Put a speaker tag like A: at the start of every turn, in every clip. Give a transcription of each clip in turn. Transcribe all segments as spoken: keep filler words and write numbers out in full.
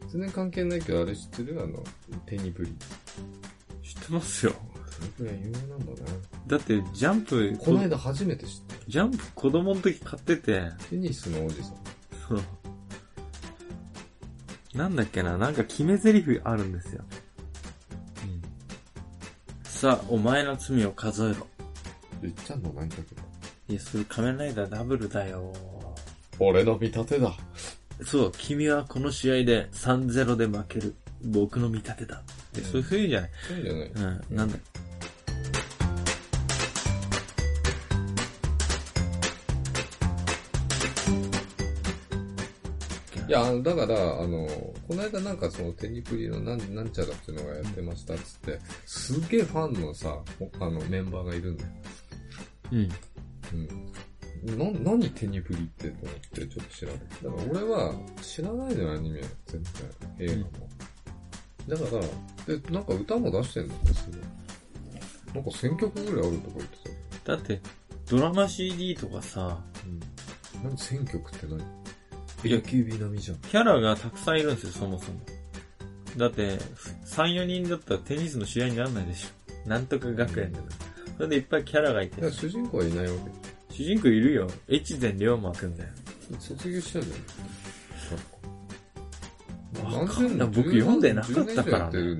A: 全然関係ないけど、あれ知ってる？あの、テニプリ。
B: 知ってますよ。
A: テニプリは有名なんだね。
B: だって、ジャンプ、
A: この間初めて知った。
B: ジャンプ子供の時買ってて。
A: テニスのおじさん。
B: そう。なんだっけな、なんか決め台詞あるんですよ。うん。さあ、お前の罪を数えろ。
A: 言っちゃんの何だけど。
B: いや、それ仮面ライダーダブルだよ。
A: 俺の見立てだ。
B: そう、君はこの試合で さんたいゼロ で負ける。僕の見立てだ。って、うん、そういう風じゃない。
A: そういうじゃない。
B: うん、なんだ。
A: いや、だから、あの、この間なんかそのテニプリのなんなんちゃらっていうのがやってましたっつって、すげえファンのさ、あのメンバーがいるんだよ。
B: うん。
A: うん。な、何テニプリってと思ってちょっと調べて。だから俺は知らないのよ、アニメ。全然。映画も。うん、だから、で、なんか歌も出してんのってすごい。なんかせんきょくぐらいあるとか言って
B: た。だって、ドラマ シーディー とかさ、
A: うん。何せんきょくって何？エーケービー 並みじゃん。
B: キャラがたくさんいるんですよ、そもそも。だって、さん、よにんだったらテニスの試合にならないでしょ。なんとか学園だから。それでいっぱいキャラがいて。
A: いや、主人公はいないわ
B: け。主人公いるよ。越前龍馬くんだよ。
A: 卒業したじゃん。
B: わかんない。僕読んでなかったからね、うん。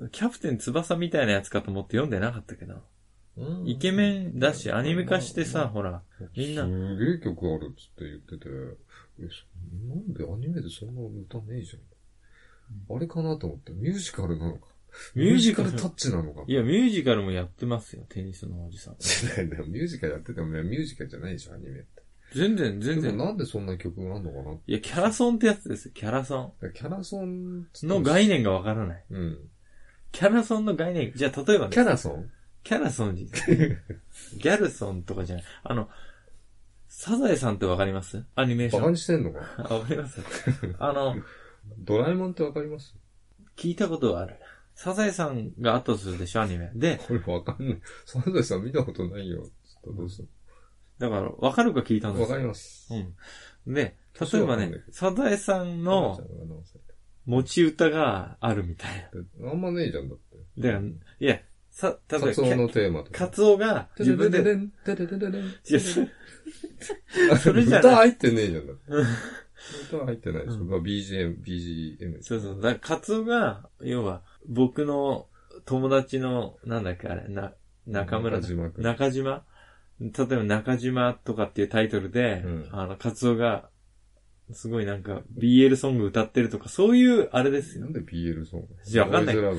B: キャプテン翼みたいなやつかと思って読んでなかったけど。イケメンだし、アニメ化してさ、ほら、みんな。
A: すげえ曲あるっつって言ってて、え、なんでアニメでそんな歌ねえじゃん。うん、あれかなと思って、ミュージカルなのか。ミュージカルタッチなのか。
B: いや、ミュージカルもやってますよ、テニスのおじさん。
A: しないんだよ。ミュージカルやっててもね、ミュージカルじゃないでしょ、アニメって。
B: 全然、全然。
A: でもなんでそんな曲があんのかな。
B: いや、キャラソンってやつですよ、キャラソン。
A: キャラソン
B: の概念がわからない。
A: うん。
B: キャラソンの概念、じゃあ例えばね。
A: キャラソン
B: キャラソンギャルソンとかじゃない。あの、サザエさんってわかります？アニメーション。
A: バカにしてんのか
B: わかりますあの、
A: ドラえもんってわかります？
B: 聞いたことはある。サザエさんが後するでしょ、アニメ。で、
A: これわかんない。サザエさん見たことないよ。どうする？
B: だから、わかるか聞いたんですよ。
A: わかります。
B: うん。で、例えばね、サザエさんの持ち歌があるみたい
A: な。あんまねえじゃんだって。
B: だから、いや、さ、例えば、
A: カツオのテーマとか。
B: カツオが自分で、いや、
A: それじゃない。歌入ってねえじゃんだって。歌入ってないでしょ。まあ ビージーエム、ビージーエム。
B: そうそう。だからカツオが、要は、僕の友達の、なんだっけあれ、な、中村。
A: 中島。
B: 中島例えば中島とかっていうタイトルで、うん、あの、カツオが、すごいなんか、ビーエル ソング歌ってるとか、そういう、あれですよ。
A: なんで ビーエル ソング？
B: いや、わかんない。うん。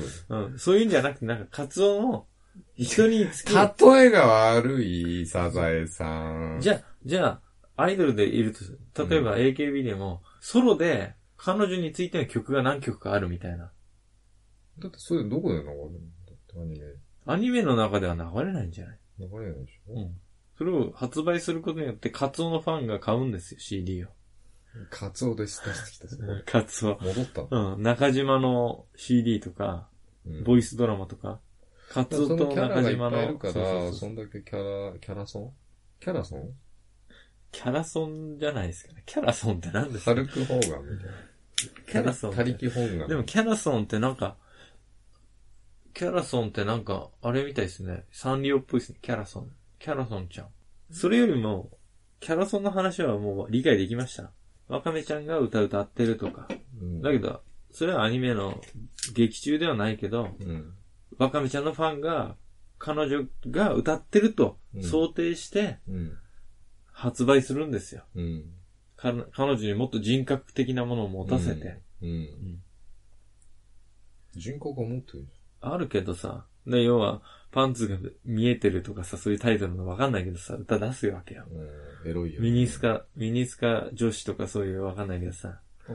B: そういうんじゃなくて、なんか、カツオの、人につき。
A: 例えが悪い、サザエさん。
B: じゃあ、じゃあ、アイドルでいると、例えば エーケービー でも、ソロで、彼女についての曲が何曲かあるみたいな。
A: だってそれどこで流れるの？だってアニメ。
B: アニメの中では流れないんじゃない
A: 流れないでしょ？
B: うん。それを発売することによって、カツオのファンが買うんですよ、シーディー を。
A: カツオで出してきた。
B: カツオ。
A: 戻った。
B: うん。中島の シーディー とか、うん、ボイスドラマとか、カツオと中島の。
A: いるから、そうそうそうそんだけキャラ、キャラソンキャラソン
B: キャラソンじゃないですかね。キャラソンって何ですか？
A: ハルクホーガンみたいな。
B: キャラソン。
A: 他力本願。
B: でもキャラソンってなんか、キャラソンってなんか、あれみたいですね。サンリオっぽいですね。キャラソン。キャラソンちゃん。それよりも、キャラソンの話はもう理解できました。ワカメちゃんが歌歌ってるとか。うん、だけど、それはアニメの劇中ではないけど、うん、ワカメちゃんのファンが、彼女が歌ってると想定して、発売するんですよ。うん、彼女にもっと人格的なものを持たせて。うんうんうん、
A: 人格は持ってる
B: あるけどさ、で、要は、パンツが見えてるとかさ、そういうタイトルのわかんないけどさ、歌出すわけよ。
A: うん、エロいよ、ね。
B: ミニスカ、ミニスカ女子とかそういうわかんないけどさ、うん、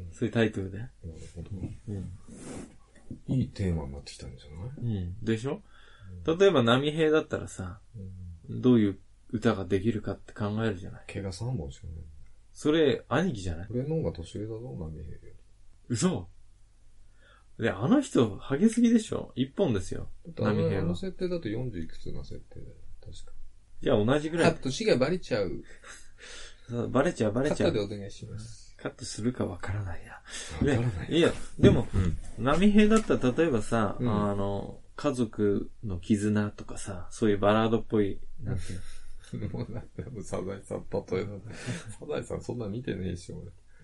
B: そういうタイトルで。なるほど、
A: うん。いいテーマになってきたんじゃない？
B: うん。でしょ？うん、例えば、波平だったらさ、うん、どういう歌ができるかって考えるじゃない？
A: 毛がさんぼんしかない。
B: それ、兄貴じゃない？
A: 俺の方が年上だぞ、波平より。
B: 嘘？で、あの人、ハゲすぎでしょ？一本ですよ。
A: 波平は。あの設定だとよんじゅういくつの設定だよ。確か。
B: じゃあ同じぐらい。
A: あ、年がバレちゃう。
B: バレちゃう、バレちゃう。
A: カットでお願いします。
B: カットするかわからないな。
A: わからない。
B: いや、でも、
A: うん。
B: 波平だったら例えばさ、
A: うん、
B: あの、家族の絆とかさ、そういうバラードっぽい、なんていう
A: もうなんか、サザエさん例えなんだ。サザエさんそんな見てねえし、俺。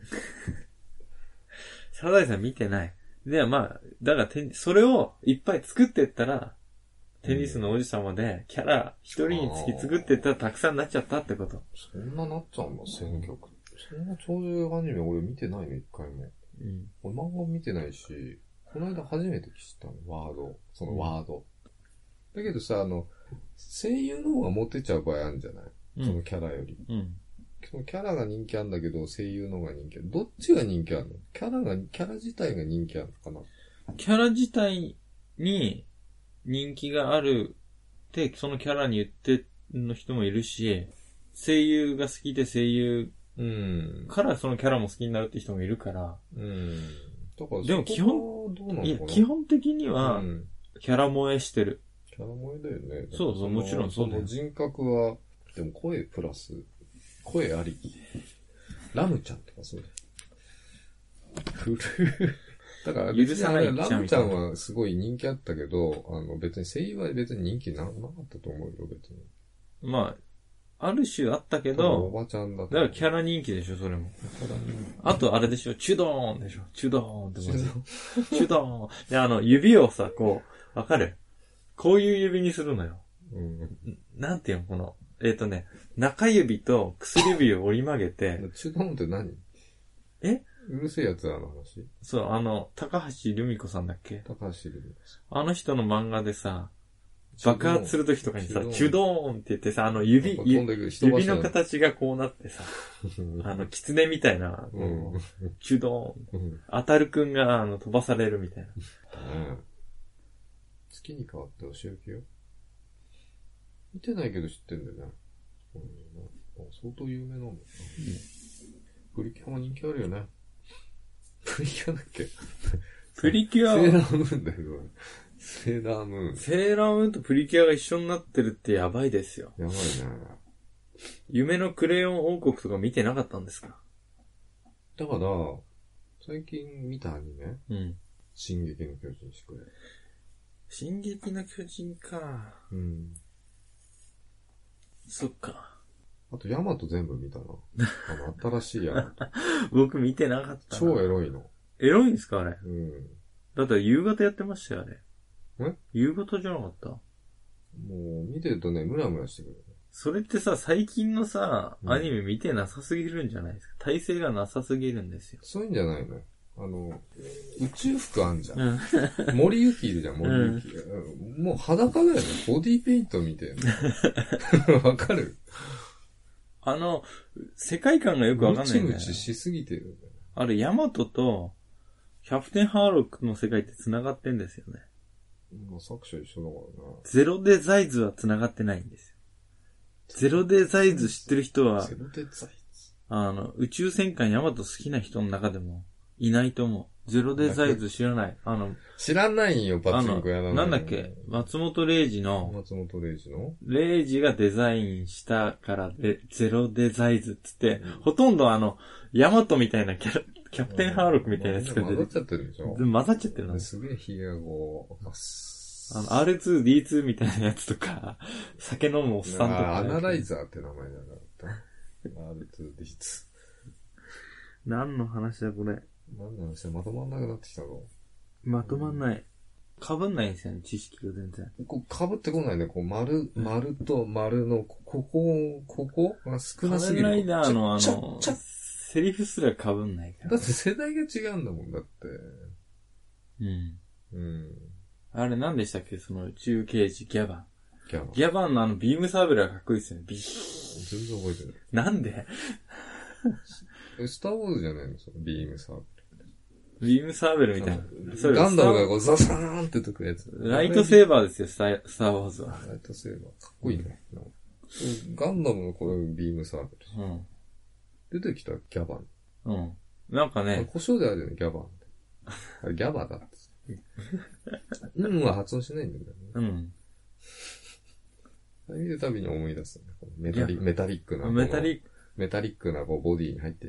B: サザエさん見てない。ではまあ、だからテニ、それをいっぱい作ってったら、テニスの王子様で、キャラ一人につき作ってったらたくさんになっちゃったってこと。
A: そんななっちゃうんだ、選曲。そんなそういうアニメ俺見てないの、一回も。
B: うん。
A: 俺漫画見てないし、この間初めて知ったの、ワード。そのワード。だけどさ、あの、声優の方がモテちゃう場合あるんじゃない、うん、そのキャラより。うん。そのキャラが人気あるんだけど、声優の方が人気ある。どっちが人気あるの？キャラが、キャラ自体が人気あるのかな？
B: キャラ自体に人気があるって、そのキャラに言っての人もいるし、声優が好きで声優からそのキャラも好きになるって人もいるから。うん。だからでも基本、どうなのかな？いや、基本的には、キャラ萌えしてる。
A: キャラ萌えだよね。
B: そうそう、もちろんそうだよ。
A: その人格は、でも声プラス、声ありき。ラムちゃんとかそうだよ。古だから許さない。ラムちゃんはすごい人気あったけど、あの別に声優は別に人気ななかったと思うよ、別に。
B: まあ、ある種あったけど、
A: おばちゃんだった。
B: だからキャラ人気でしょ、それも。あとあれでしょ、チュドーンでしょ、チュドーンってマジ。チュドーン。で、あの、指をさ、こう、わかる？こういう指にするのよ。うん、なんていうの、この、えっ、ー、とね、中指と薬指を折り曲げて。
A: チュドーンって何？え？うるせえやつらの話？
B: そう、あの、高橋留美子さんだっけ？
A: 高橋留美子さ
B: ん。あの人の漫画でさ、爆発するときとかにさ、チュドーンって言ってさ、あの指、指の形がこうなってさ、あの、狐みたいな、うん、チュドーン、うん。当たるくんが、あの、飛ばされるみたいな。うん、
A: 月に変わって教えてよ。見てないけど知ってんだよね。うん、相当有名なんだな。うん、プリキュアも人気あるよね。プリキュアだっけ？
B: プリキュア
A: セーラームーンだけど。セーラームーン。
B: セーラームーンとプリキュアが一緒になってるってやばいですよ。
A: やばいね。
B: 夢のクレヨン王国とか見てなかったんですか？
A: だから、最近見たアニメ？うん。進撃の巨人しくれ。
B: 進撃の巨人か。うん。そっか。
A: あと、ヤマト全部見たな。あの、新しいヤマト。
B: 僕見てなかったな。
A: 超エロいの。
B: エロいんですかあれ。うん。だって夕方やってましたよ、あれ。え？夕方じゃなかった？
A: もう、見てるとね、ムラムラしてくる、ね。
B: それってさ、最近のさ、アニメ見てなさすぎるんじゃないですか。体勢がなさすぎるんですよ。
A: そういうんじゃないの。あの、宇宙服あんじゃん。うん、森ゆきいるじゃん、森ゆき、うん。もう裸だよね。ボディペイントみたいな。わかる？
B: あの、世界観がよくわかんないんだよね。
A: ムチムチしすぎてる。
B: あれ、ヤマトと、キャプテンハーロックの世界って繋がってんですよね。
A: まあ、作者一緒だからな。
B: ゼロデザイズは繋がってないんですよ。ゼロデザイズ知ってる人は、ゼロデザイズあの、宇宙戦艦ヤマト好きな人の中でもいないと思う。ゼロデザイズ知らない。あの、
A: 知らないよ、パチンコ屋なの。
B: なんだっけ、松本零士の、
A: 松本零士の
B: 零士がデザインしたからで、ゼロデザイズって言って、うん、ほとんどあの、ヤマトみたいなキャラ、キャプテンハーロックみたいなやつが出て
A: 混ざっちゃってるでしょ？
B: 混ざっちゃってるの。
A: すげえヒゲがこう、
B: あの、アールツーディーツー みたいなやつとか、酒飲むおっさんとか。
A: アナライザーって名前じゃなかった。アールツーディーツ
B: ー。何の話だこれ。
A: 何の話だまとまんなくなってきたの？
B: まとまんない。被んないんですよね、知識が全然。
A: こう、被ってこないね。こう、丸、丸と丸の、ここ、ここが少なすぎる。
B: 仮面ライダーのあの、セリフすら被んないから。
A: だって世代が違うんだもん、だって。
B: うん。うん。あれ何でしたっけその宇宙刑事ギャバン。ギャバン。ギャバンのあのビームサーベルがかっこいいですよね。ビー。
A: 全然覚えて
B: ない。なんで
A: スターウォーズじゃないのそのビームサーベル。
B: ビームサーベルみたいな。
A: それガンダムがこうザサーンって解くやつ。
B: ライトセーバーですよ、スター、スターウォーズは。
A: ライトセーバー。かっこいいね。うん、ガンダムのこれビームサーベル。うん。出てきたギャバン。
B: うん。なんかね。
A: 故障であるよね、ギャバンって。あれギャバだって。うんは発音しないんだよね。うん。見るたびに思い出すね。メタリメタリックな。
B: メタリック。
A: メタリックなこうボディに入ってる。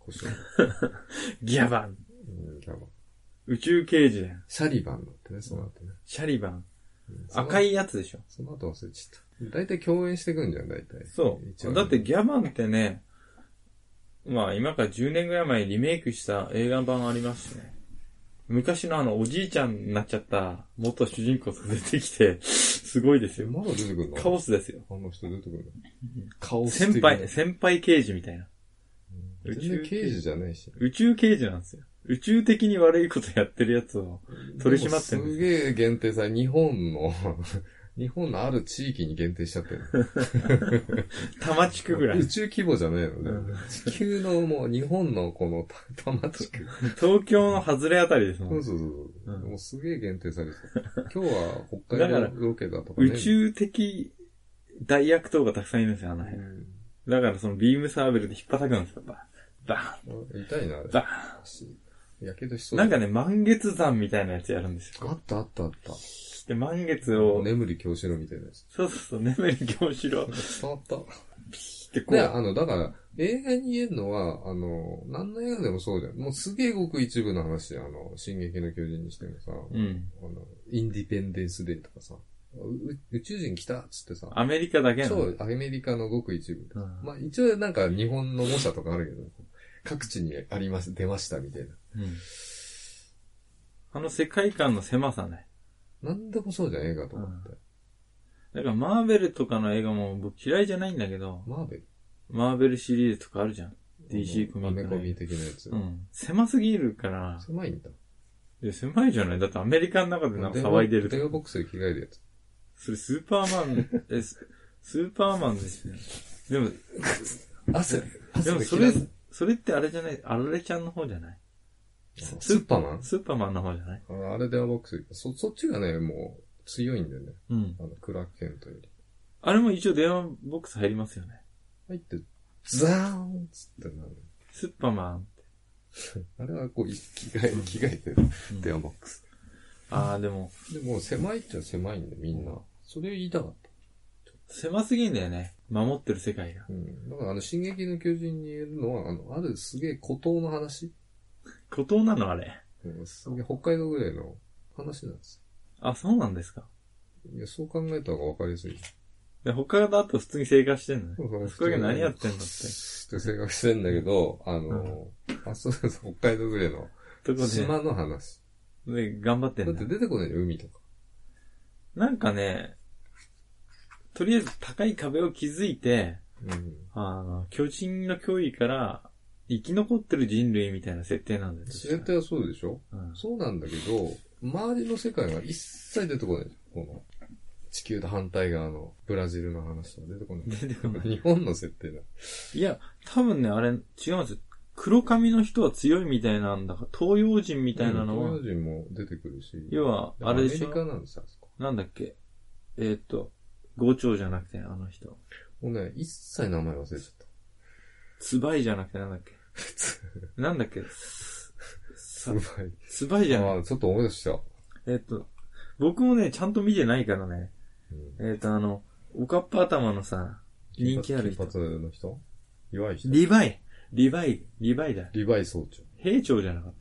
A: 星野。
B: ギャバン。
A: うん、ギャバン。
B: 宇宙刑事だよ。
A: シャリバンだってね、その後ね。
B: シャリバン。
A: うん、
B: 赤いやつでしょ。
A: その後忘れちゃった。だいたい共演してくんじゃん、だいたい。
B: そう。だってギャバンってね、まあ今からじゅうねんぐらい前にリメイクした映画版ありますしね。昔のあのおじいちゃんになっちゃった元主人公が出てきて、すごいですよ。
A: まだ出てくるの？
B: カオスですよ。
A: あの人出てくるの？カオス。
B: 先輩、先輩刑事みたいな。
A: うん、宇宙刑事じゃないし、ね。
B: 宇宙刑事なんですよ。宇宙的に悪いことやってるやつを取り締まってるんですよ。
A: すげえ限定さ、日本の、日本のある地域に限定しちゃってる。
B: 多摩地区ぐらい。
A: 宇宙規模じゃねえのね、うん。地球のもう日本のこの多摩地区。
B: 東京の外れあたりですもん。
A: そうそうそう。うん、もうすげえ限定されてた。今日は北海道ロケだとかね。
B: 宇宙的大悪党がたくさんいるんですよ、あの辺。うん、だからそのビームサーベルで引っ叩くんですよ、バン。バ
A: ン。痛いな、あれ。
B: バ
A: ン。やけどしそう。
B: なんかね、満月山みたいなやつやるんですよ。
A: あったあったあった。
B: で、満月を。
A: 眠り京志郎みたいなやつ。
B: そうそうそう、眠り京志郎。
A: 伝わった。
B: ピーってこう。
A: で、あの、だから、映画に言えるのは、あの、何の映画でもそうじゃん。もうすげえごく一部の話あの、進撃の巨人にしてもさ、
B: うん。
A: あの、インディペンデンスデーとかさ、宇宙人来たっつってさ。
B: アメリカだけなの？
A: そう、アメリカのごく一部。
B: うん、
A: まあ一応なんか日本の模写とかあるけど、各地にあります、出ましたみたいな。
B: うん。あの世界観の狭さね。
A: なんでもそうじゃん、映画とかって。
B: だからマーベルとかの映画も僕嫌いじゃないんだけど。
A: マーベル
B: マーベルシリーズとかあるじゃん。ディーシー コミック。
A: アメコミ的なやつ。
B: うん。狭すぎるから。
A: 狭いんだ。
B: いや、狭いじゃない。だってアメリカの中でなんか騒いでると。
A: 電話ボックスで着替えるやつ。
B: それスーパーマン、え、スーパーマンですね。でも、
A: 汗、
B: でもそれ、それってあれじゃない、あられちゃんの方じゃない？
A: スーパーマン
B: スーパーマンの方じゃない？
A: ああれ電話ボックス。そ、そっちがね、もう強いんだよね。
B: うん。
A: あの、クラークケントより。
B: あれも一応電話ボックス入りますよね。
A: 入って、ザーンつってなる。
B: スーパーマンって。
A: あれはこう、着替え、着替えてる、うん、電話ボックス。
B: ああ、でも。
A: でも、狭いっちゃ狭いんだよ、みんな。それを言いたかった。
B: 狭すぎんだよね。守ってる世界が。
A: うん。だから、あの、進撃の巨人に言えるのは、あの、あるすげえ孤島の話。
B: 孤島なのあれ。
A: うん、すげえ北海道ぐらいの話なんです
B: よ。あ、そうなんですか。
A: いや、そう考えた方が分かりやすい。
B: で、北海道だと普通に生活してんのね。
A: そうそう。
B: 福岡何やってんのって。
A: って生活してんだけど、あの、うん、あ、そうそう、北海道ぐらいの島の話。
B: で、頑張ってんだ。
A: だって出てこないよ、海とか。
B: なんかね、とりあえず高い壁を築いて、
A: うん、
B: あの、巨人の脅威から生き残ってる人類みたいな設定なんだよ。
A: 設定はそうでしょ、
B: うん、
A: そうなんだけど、周りの世界が一切出てこない。この地球と反対側のブラジルの話は出てこない。
B: 出てこない。
A: 日本の設定だ。
B: いや、多分ね、あれ、違うんですよ。黒髪の人は強いみたいなんだから、東洋人みたいなのは。
A: うん、東洋人も出てくるし。
B: 要は、あれでしょ。
A: アメリカなんですよ、あそこ。
B: なんだっけ。えー、っと、豪長じゃなくて、あの人。
A: もうね、一切名前忘れちゃった。
B: ツバイじゃなくてなんだっけ。なんだっけ。
A: ツバイ。
B: ツバイじゃない。
A: ああ、ちょっと思い出した。
B: えー、っと、僕もね、ちゃんと見てないからね。うん、えー、っと、あの、おかっぱ頭のさ、人気ある人。
A: 金髪の人弱い人。
B: リヴァイ。リヴァイ。リヴァイだ。
A: リヴァイ総長。
B: 兵長じゃなかった。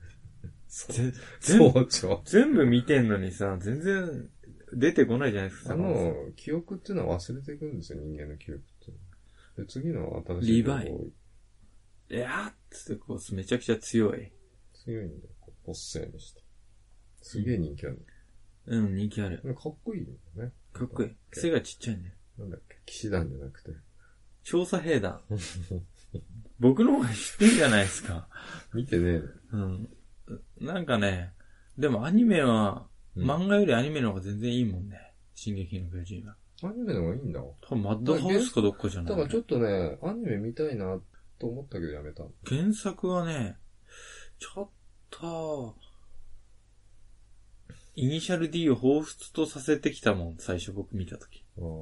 A: 総長。
B: 全部見てんのにさ、全然出てこないじゃないですか。
A: あの、記憶っていうのは忘れていくんですよ、人間の記憶って。で、次の新しい。
B: リヴァイ。いやーっつってこう、めちゃくちゃ強い。
A: 強いんだよ、ボス性にして。すげえ人気ある。
B: うん、人気ある。
A: かっこいいよね。
B: かっこいい。背がちっちゃいね。
A: なんだっけ、騎士団じゃなくて。
B: 調査兵団。僕の方が知ってんじゃないですか。
A: 見てねえ。
B: うん。なんかね、でもアニメは、うん、漫画よりアニメの方が全然いいもんね。進撃の巨人は。
A: アニメの方がいいんだ。
B: 多分マッドハウスかどっかじゃない。
A: だからちょっとね、アニメ見たいなと思ったけどやめた。
B: 原作はね、ちょっと、イニシャル D を彷彿とさせてきたもん、最初僕見たとき。
A: あ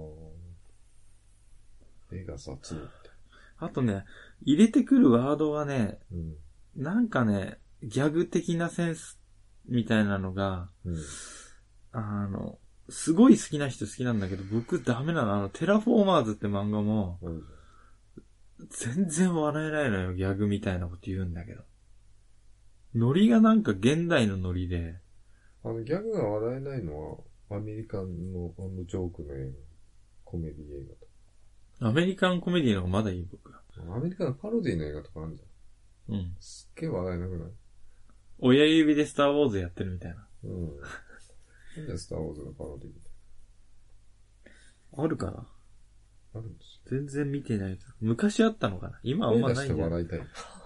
A: あ。絵がさ、つって。
B: あとね、入れてくるワードがね、
A: うん、
B: なんかね、ギャグ的なセンスみたいなのが、
A: うん、
B: あの、すごい好きな人好きなんだけど、僕ダメなの。あの、テラフォーマーズって漫画も、
A: うん、
B: 全然笑えないのよ、ギャグみたいなこと言うんだけど。ノリがなんか現代のノリで。
A: あの、ギャグが笑えないのは、アメリカンのあのジョークの映画、コメディ映画とか。
B: アメリカンコメディの方がまだいい僕は。
A: アメリカのパロディの映画とかあるじゃん。
B: うん。
A: すっげえ笑えなくない？
B: 親指でスターウォーズやってるみたいな。
A: うん。なんでスターウォーズのパロディみたい
B: あるかな？
A: あるんですよ。
B: 全然見てないけど。昔あったのかな？今あんまないんじゃない？
A: 笑いたい。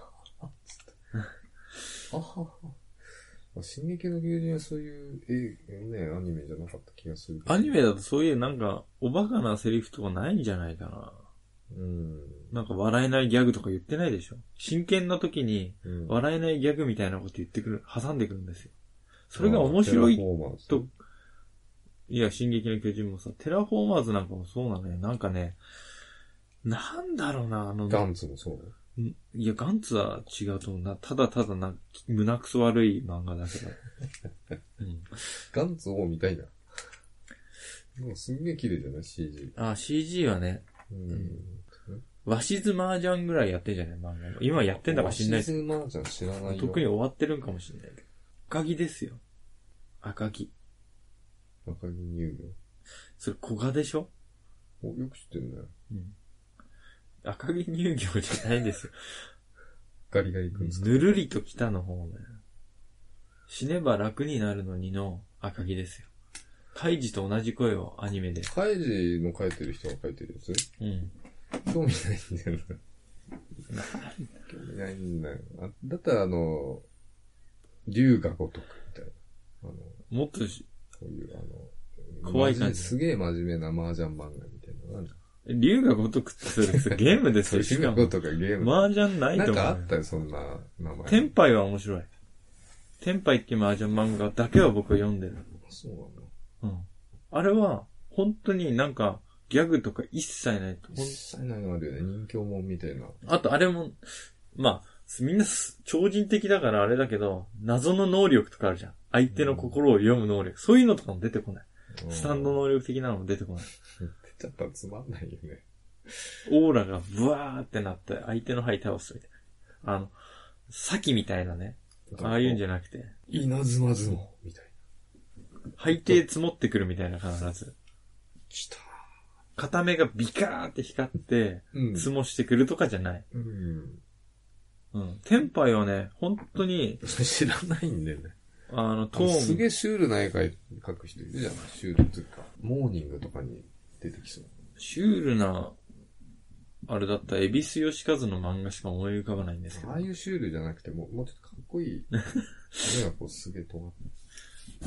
A: あはは。進撃の巨人はそういうえね、アニメじゃなかった気がするけど。
B: アニメだとそういうなんか、おバカなセリフとかないんじゃないかな。
A: うん。
B: なんか笑えないギャグとか言ってないでしょ。真剣な時に、
A: うん、
B: 笑えないギャグみたいなこと言ってくる、挟んでくるんですよ。それが面白いと、いや、進撃の巨人もさ、テラフォーマーズなんかもそうなのよ。なんかね、なんだろうな、あの、
A: ガンツもそう
B: いや、ガンツは違うと思うな。ただただな、胸くそ悪い漫画だけど。うん、
A: ガンツを見たいな。もうすんげえ綺麗じゃない シージー。
B: あ、シージー はね。
A: うん。うん、
B: ワシズマージャンぐらいやってんじゃない漫画。今やってんだか知んないです。
A: ワシズマージャン知らないよ。
B: 特に終わってるんかもしんないけど。赤木ですよ。赤木。
A: 赤木乳業。
B: それ小賀でしょ？
A: お、よく知ってるね。
B: うん。赤木乳業じゃないんですよ。
A: ガリガリ君。
B: ぬるりと北の方ね。死ねば楽になるのにの赤木ですよ。カイジと同じ声をアニメで。
A: カイジの書いてる人が書いてるやつ？うん。興味ないんだよな。興味ないんだよ。あだったらあの、龍が如くみたいな。あの、
B: もっとし、
A: こういうあの、
B: 怖い感じ。
A: すげえ真面目な麻雀漫画みたいなのなんじゃん。
B: 龍が如くってそれゲームですよ。
A: 龍が如くゲーム。
B: 麻雀ないと思う。
A: なんかあったよ、そんな名前。
B: 天杯は面白い。天杯っていう麻雀漫画だけは僕は読んでる。
A: そうなんだ。
B: うん。あれは、本当になんか、ギャグとか一切ないと。
A: 一切ないのあるよね。人形もんみたいな。
B: あとあれも、まあ、みんな超人的だからあれだけど、謎の能力とかあるじゃん。相手の心を読む能力。うん、そういうのとかも出てこない。スタンド能力的なのも出てこない。
A: 出ちゃったらつまんないよね。
B: オーラがブワーってなって相手の肺倒すみたいな。あの、先みたいなね。ああいうんじゃなくて。
A: 稲妻相撲みたい
B: な。背底積もってくるみたいな必ず。
A: 来た。
B: 片目がビカーって光って、積もしてくるとかじゃない。うん。うん。天杯はね、本当に。
A: 知らないんだよね。
B: あの、トーン。
A: すげえシュールな絵描く人いるじゃん。シュールっていうか、モーニングとかに出てきそう。
B: シュールな、あれだったら、恵比寿義和の漫画しか思い浮かばないんですけど。
A: ああいうシュールじゃなくても、もうちょっとかっこいい。目がこうすげえ尖って。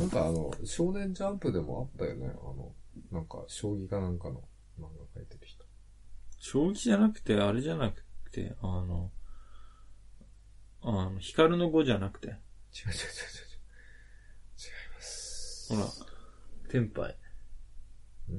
A: なんかあの、少年ジャンプでもあったよね。あの、なんか、将棋かなんかの漫画描いてる人。
B: 将棋じゃなくて、あれじゃなくて、あの、あの、光の碁じゃなくて。違う違う違う違う。違います。ほら、天杯。
A: うん。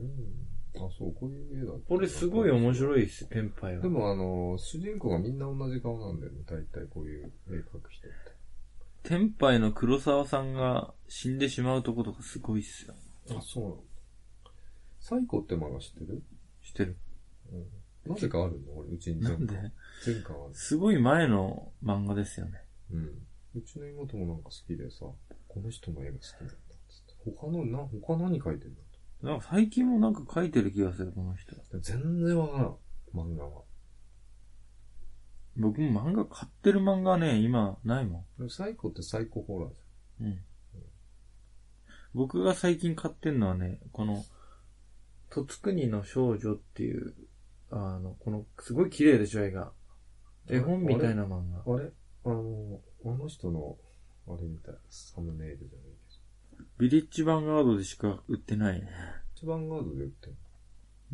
A: あ、そう、こういう絵だった。
B: これすごい面白いです、天杯は。
A: でもあの、主人公がみんな同じ顔なんだよね。大体こういう絵描く人って。
B: 天杯の黒沢さんが死んでしまうとことかすごいっすよ。
A: あ、そうなの。サイコって漫画知ってる？
B: 知ってる。
A: うん。なぜかあるの俺、うちに
B: 全巻。なんで？
A: 全巻ある。
B: すごい前の漫画ですよね。
A: うん。うちの妹もなんか好きでさ、この人の絵が好きなんだっつって。他の、な、他何描いてるんだと。
B: なんか最近もなんか描いてる気がする、この人。
A: 全然わからん、漫画は。
B: 僕も漫画買ってる漫画ね、今ないも
A: ん。サイコってサイコホラーじゃん。うん。うん、
B: 僕が最近買ってんのはね、この、戸津国の少女っていう、あの、この、すごい綺麗でしょ、絵が。絵本みたいな漫画。
A: あれあの、あの人の、あれみたい。サムネイルじゃないけど。
B: ビリッジヴァンガードでしか売ってないね。
A: ビリッジヴァンガードで売ってる
B: うん。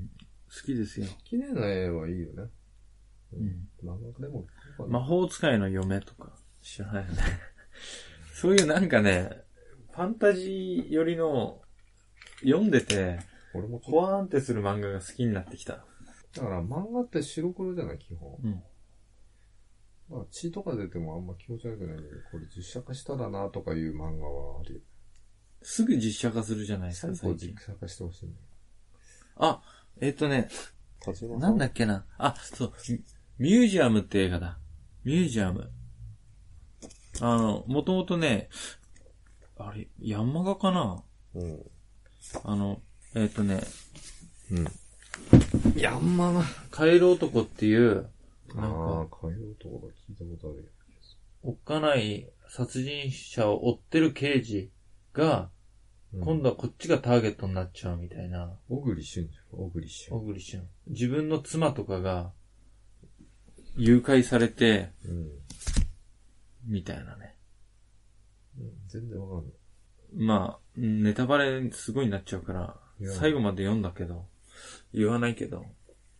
B: 好きですよ。
A: 綺麗な絵はいいよね。
B: うん。
A: 漫画でも、
B: 魔法使いの嫁とか知らないよね。そういうなんかね、ファンタジー寄りの読んでて、
A: 俺も
B: ほわーんってする漫画が好きになってきた。
A: だから漫画って白黒じゃない基本。
B: うん。
A: まあ血とか出てもあんま気持ち悪くないんだけど、これ実写化したらなとかいう漫画はあるよ。
B: すぐ実写化するじゃないですか。
A: 最後実写化してほしいんだよ。
B: あ、えっとね、
A: 田島さん
B: なんだっけな。あ、そう、ミュージアムって映画だ。ミュージアム。あの、もともとね、あれ、ヤンマガかな。
A: うん。
B: あの、えっ、ー、とね、
A: うん。ヤンマガ。
B: カエル男っていう、
A: なんか、ああ、カエル男が聞いたことあるよ。
B: おっかない殺人者を追ってる刑事が、うん、今度はこっちがターゲットになっちゃうみたいな。
A: 小栗旬じゃん。小栗旬。
B: 小栗旬。自分の妻とかが、誘拐されて、うん、みたいなね。
A: うん、全然わかんない。
B: まあ、ネタバレすごいになっちゃうから、最後まで読んだけど、言わないけど。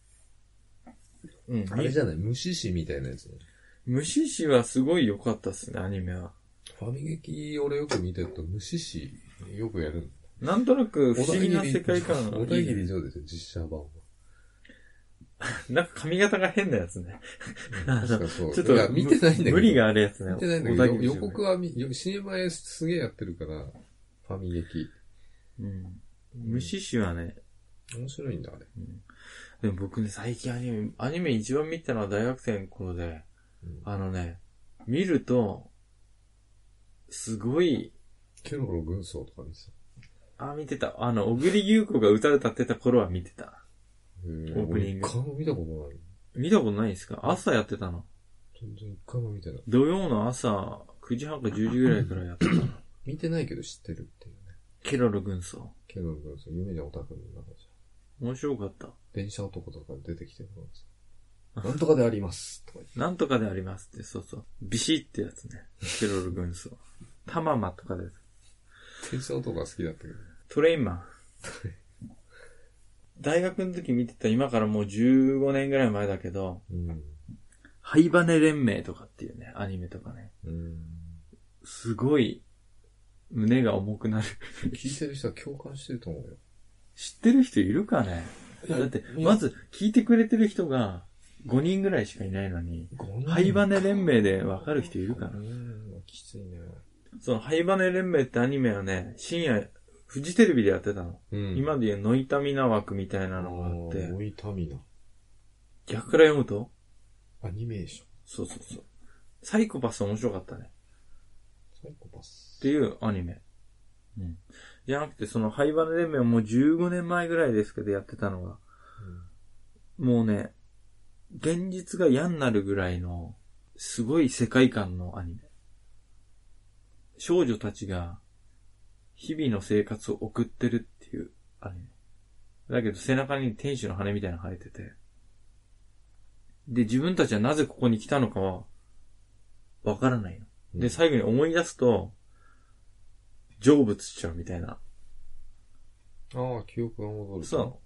A: うん。あれじゃない無視死みたいなやつね。
B: 無視死はすごい良かったっすね、アニメは。
A: ファミ劇俺よく見てると無視死よくやる。
B: なんとなく不思議な世界観
A: が。小田切城ですよ、実写版は。
B: なんか髪型が変なやつね。
A: 確かそう。ちょっといや見てないんだけど。
B: 無理があるやつね。
A: 見てないんだけど、予告は見、シネマすげえやってるから、ファミ劇。
B: うん。無視死はね。
A: 面白いんだ、あれ。
B: うん、でも僕ね、最近アニメ、アニメ一番見たのは大学生の頃で、うん、あのね、見ると、すごい、
A: ケロロ軍曹とか見て
B: た。あ、見てた。あの、小栗優子が歌歌ってた頃は見てた。
A: オープニング。一回も見たことない。
B: 見たことないですか？朝やってたの。
A: 全然一回も見てない。
B: 土曜の朝、くじはんかじゅうじぐらいからやってたの。
A: 見てないけど知ってるっていうね。
B: ケロロ軍曹。
A: ケロロ軍曹。夢じゃオタクの中じ
B: ゃ。面白かった。
A: 電車男とか出てきてるからさ。なんとかであります。とか言って
B: なんとかでありますって、そうそう。ビシってやつね。ケロロ軍曹。タママとかで。
A: 電車男が好きだったけど。
B: トレインマン。大学の時見てた今からもうじゅうごねんぐらい前だけど、うん、ハイバネ連盟とかっていうね、アニメとかね。うん、すごい、胸が重くなる。
A: 聞いてる人は共感してると思うよ。
B: 知ってる人いるかね？だって、まず聞いてくれてる人がごにんぐらいしかいないのに、ハイバネ連盟でわかる人いるかな？
A: きついね。
B: そのハイバネ連盟ってアニメはね、深夜、フジテレビでやってたの。うん、今で言うノイタミナ枠みたいなのがあって。
A: ノイタミナ。
B: 逆から読むと
A: アニメーション。
B: そうそうそう。サイコパス面白かったね。
A: サイコパス
B: っていうアニメ。うん。じゃなくて、そのハイバネ連盟はもうじゅうごねんまえぐらいですけどやってたのが。うん、もうね、現実が嫌になるぐらいの、すごい世界観のアニメ。少女たちが、日々の生活を送ってるっていうアニメ。だけど背中に天使の羽みたいなの生えてて。で、自分たちはなぜここに来たのかは、わからないの。で、最後に思い出すと、成仏しちゃうみたいな。
A: ああ、記憶が戻る。
B: そう。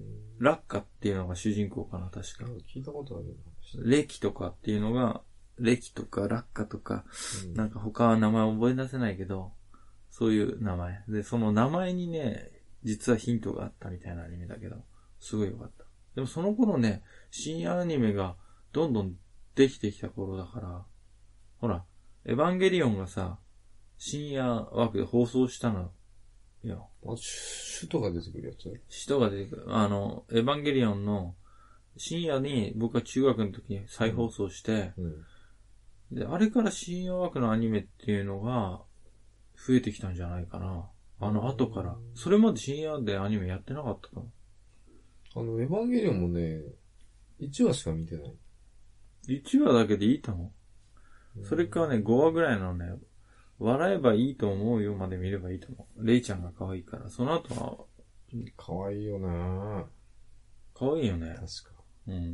B: ラッカっていうのが主人公かな、確か。
A: 聞いたことあるよ。
B: レキとかっていうのが、レキとかラッカとか、うん、なんか他は名前覚え出せないけど、そういう名前。で、その名前にね、実はヒントがあったみたいなアニメだけど、すごい良かった。でもその頃ね、深夜アニメがどんどんできてきた頃だから、ほら、エヴァンゲリオンがさ、深夜枠で放送したのよ。
A: あ、首都が出てくるやつ？
B: 首都が出てくる。あの、エヴァンゲリオンの深夜に僕は中学の時に再放送して、うんうん、で、あれから深夜枠のアニメっていうのが、増えてきたんじゃないかな。あの後から。それまで深夜でアニメやってなかったかな。
A: あの、エヴァンゲリオンもね、いちわしか見てない。
B: いちわだけでいいと思う。それかね、ごわぐらいのね、笑えばいいと思うよまで見ればいいと思う。レイちゃんが可愛いから。その後は、
A: 可愛いよな
B: 可愛いよね。
A: 確か。
B: うん。うん、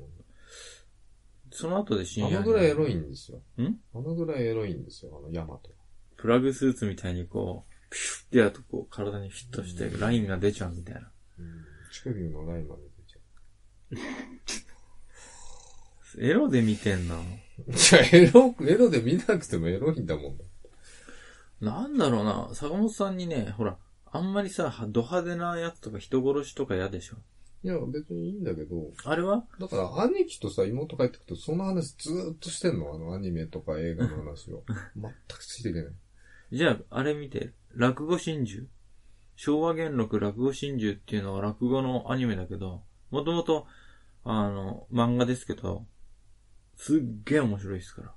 B: その後で深夜。
A: あのぐらいエロいんですよ。
B: ん
A: あのぐらいエロいんですよ、あのヤマト。
B: プラグスーツみたいにこう、ピュッってやるとこう、体にフィットして、ラインが出ちゃうみたいな。
A: うん。乳首のラインまで出ちゃ
B: う。エロで見てんな。
A: じゃあエロ、エロで見なくてもエロいんだもん。
B: なんだろうな、坂本さんにね、ほら、あんまりさ、ド派手なやつとか人殺しとか嫌でしょ。
A: いや、別にいいんだけど。
B: あれは
A: だから、兄貴とさ、妹帰ってくると、その話ずーっとしてんのあの、アニメとか映画の話を。全くついていけない。
B: じゃあ、あれ見て。落語真珠。昭和元禄落語真珠っていうのは落語のアニメだけど、 もともと、あの、漫画ですけど、すっげえ面白いですから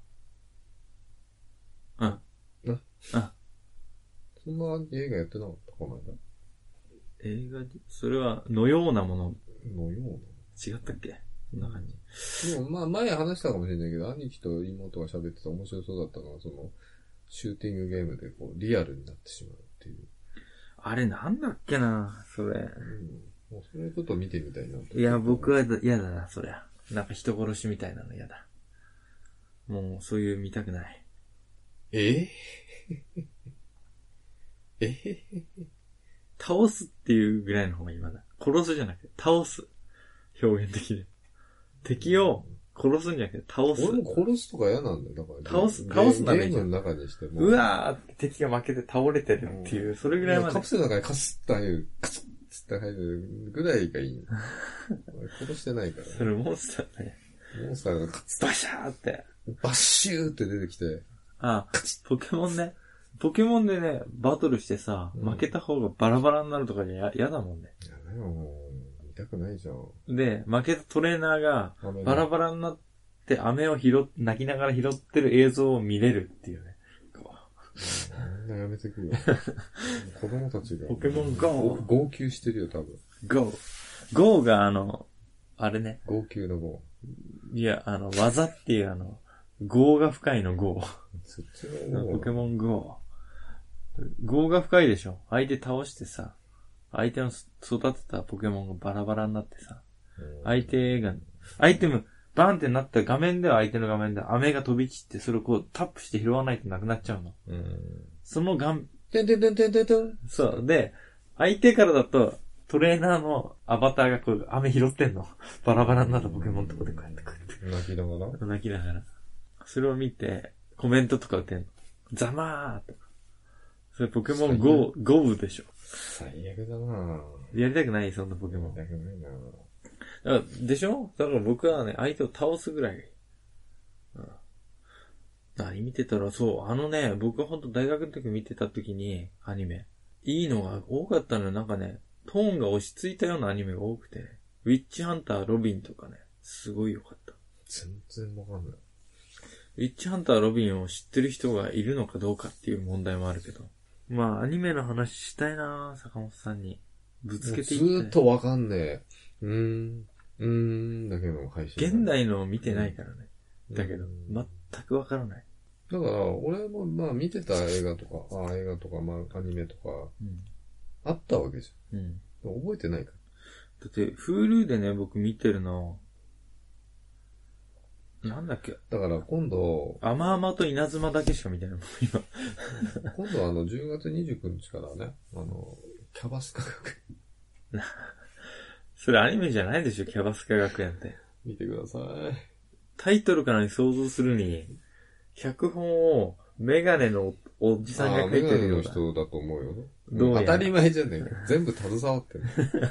B: 。うん。
A: な、
B: うん。
A: そんな映画やってなかったこの間。
B: 映画で、それは、のようなもの。
A: のような
B: 違ったっけこんな感じ。
A: でもまあ前話したかもしれないけど、兄貴と妹が喋ってて面白そうだったのは、その、シューティングゲームでこう、リアルになってしまうっていう。
B: あれなんだっけなそれ。うん。
A: もうそれちょっと見てみたいなと。
B: いや、僕は嫌だな、そりゃ。なんか人殺しみたいなの嫌だ。もう、そういう見たくない。
A: ええ
B: 倒すっていうぐらいの方が今だ。殺すじゃなくて、倒す。表現的で。敵を殺すんじゃなくて、倒す。
A: 俺も殺すとか嫌なんだよ。だから
B: 倒す、倒すなら
A: ゲームの中にしても。
B: うわーって敵が負けて倒れてるっていう、それぐらいまで。
A: カプセルの中にカスッと入る、カスッって入るぐらいがいい。殺してないから、ね。
B: それモンスターね。
A: モンスターがカツッ
B: バシャーって。
A: バッシューって出てきて。
B: ああ、ポケモンね。ポケモンでね、バトルしてさ、負けた方がバラバラになるとかじゃ嫌だもんね。
A: やだよ、もう。見たくないじゃん。
B: で、負けたトレーナーが、バラバラになって飴を拾っ、泣きながら拾ってる映像を見れるっていうね。
A: みんなやめてくよ。子供たちが。
B: ポケモン ゴー。
A: 号泣してるよ、多分。
B: ゴー。ゴーがあの、あれね。
A: 号泣のゴ
B: ー。いや、あの、技っていうあの、ゴーが深いのゴー。
A: そっちのゴー。
B: ポケモンゴー。業が深いでしょ。相手倒してさ、相手の育てたポケモンがバラバラになってさ、相手が、アイテム、バーンってなった画面では相手の画面で飴が飛び散って、それをこうタップして拾わないとなくなっちゃうの。
A: うん、
B: その画面、
A: てんてんてんてんてんてん。
B: そう。で、相手からだと、トレーナーのアバターがこう、飴拾ってんの。バラバラになったポケモンとかでこうやってこうやって。
A: 泣きながら
B: 泣きながら。それを見て、コメントとか打てんの。ざまーとか。それポケモン ゴー、ゴーでしょ。
A: 最悪だなぁ。
B: やりたくないそんなポケモン。
A: やりたくないな
B: ぁ。だからでしょだから僕はね、相手を倒すぐらいがいい。うん。何見てたら、そう、あのね、僕はほんと大学の時見てた時に、アニメ。いいのが多かったのよ。なんかね、トーンが落ち着いたようなアニメが多くて。ウィッチハンター、ロビンとかね、すごい良かった。
A: 全然わかんない。
B: ウィッチハンター、ロビンを知ってる人がいるのかどうかっていう問題もあるけど。まあ、アニメの話したいな坂本さんに。ぶつけていって。
A: ずーっとわかんねえ。うーん、うーん、だけど配信。
B: 現代のを見てないからね。うん、だけど、全くわからない。
A: だから、俺もまあ見てた映画とか、ああ、映画とか、まあアニメとか、うん、あったわけじゃん。うん。覚えてないから。
B: だって、Hulu でね、僕見てるの、なんだっけ
A: だから今度、
B: あまあまと稲妻だけしか見てないもん、今。
A: 今度あの、じゅうがつにじゅうくにちからね、あの、キャバスカ学園。
B: それアニメじゃないでしょ、キャバスカ学園って。
A: 見てください。
B: タイトルからに想像するに、脚本をメガネのおじさんが書いてるような。メガネの
A: 人だと思うよ。どう当たり前じゃねえか。全部携わってる。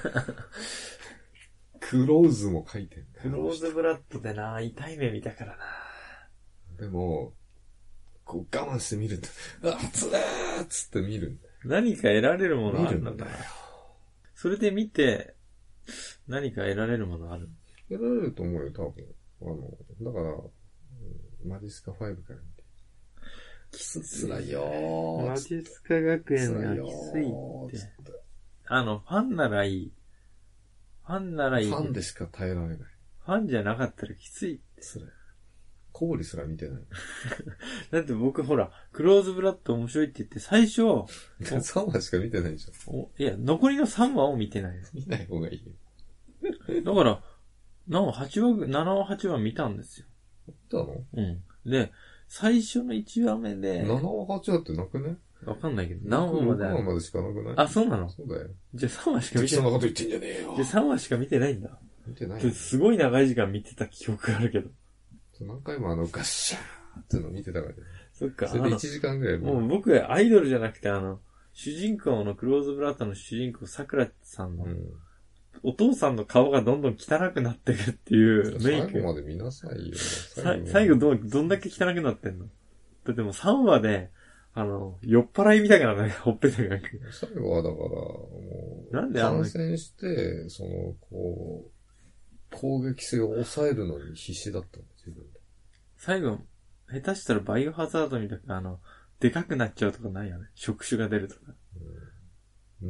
A: クローズも書いてんだ
B: よ。クローズブラッドでな、痛い目見たからな。
A: でも、こう我慢して見ると、あ、つらーっつって見るんだよ。
B: 何か得られるものあるんだよ。
A: 見るんだよ。
B: それで見て、何か得られるものある？
A: 得られると思うよ、多分。あの、だから、マジスカファイブから見て。きつらいよー。
B: マジスカ学園がきついって。あの、ファンならいい。ファンならいい。
A: ファンでしか耐えられない。
B: ファンじゃなかったらきついって。
A: それ。コーリすら見てない。
B: だって僕ほら、クローズブラッド面白いって言って最初、
A: さんわしか見てないでし
B: ょ。いや、残りのさんわを見てない。
A: 見ない方がいい
B: よ。だから、なな、はちわ、ななわ、はちわ見たんですよ。
A: 見たの？
B: うん。で、最初のいちわめで。
A: ななわ、はちわってなくね？
B: わかんないけど、何話まである？
A: ろくわまでしかなくない？
B: あ、そうなの？
A: そうだよ。
B: じゃあさんわしか見てない。
A: そんなこと言ってんじゃねえよ。
B: じゃあさんわしか見てないんだ。
A: 見てない。
B: すごい長い時間見てた記憶があるけど。
A: 何回もあの、ガッシャーっての見てたからね。
B: そっか。
A: それでいちじかんぐらい。
B: もう僕、アイドルじゃなくて、あの、主人公のクローズブラッドの主人公、桜さんの、うん、お父さんの顔がどんどん汚くなってるっていうメイク。
A: 最後まで見なさいよ。
B: 最後最後ど、どんだけ汚くなってんの？だってもうさんわで、あの、酔っ払いみたいなね、ほっぺたが。
A: 最後はだから、もう、なんであの感染して、その、こう、 攻撃性を抑えるのに必死だったの、自分で。
B: 最後、下手したらバイオハザードみたいな、あの、でかくなっちゃうとかないよね。触手が出るとか。
A: うん。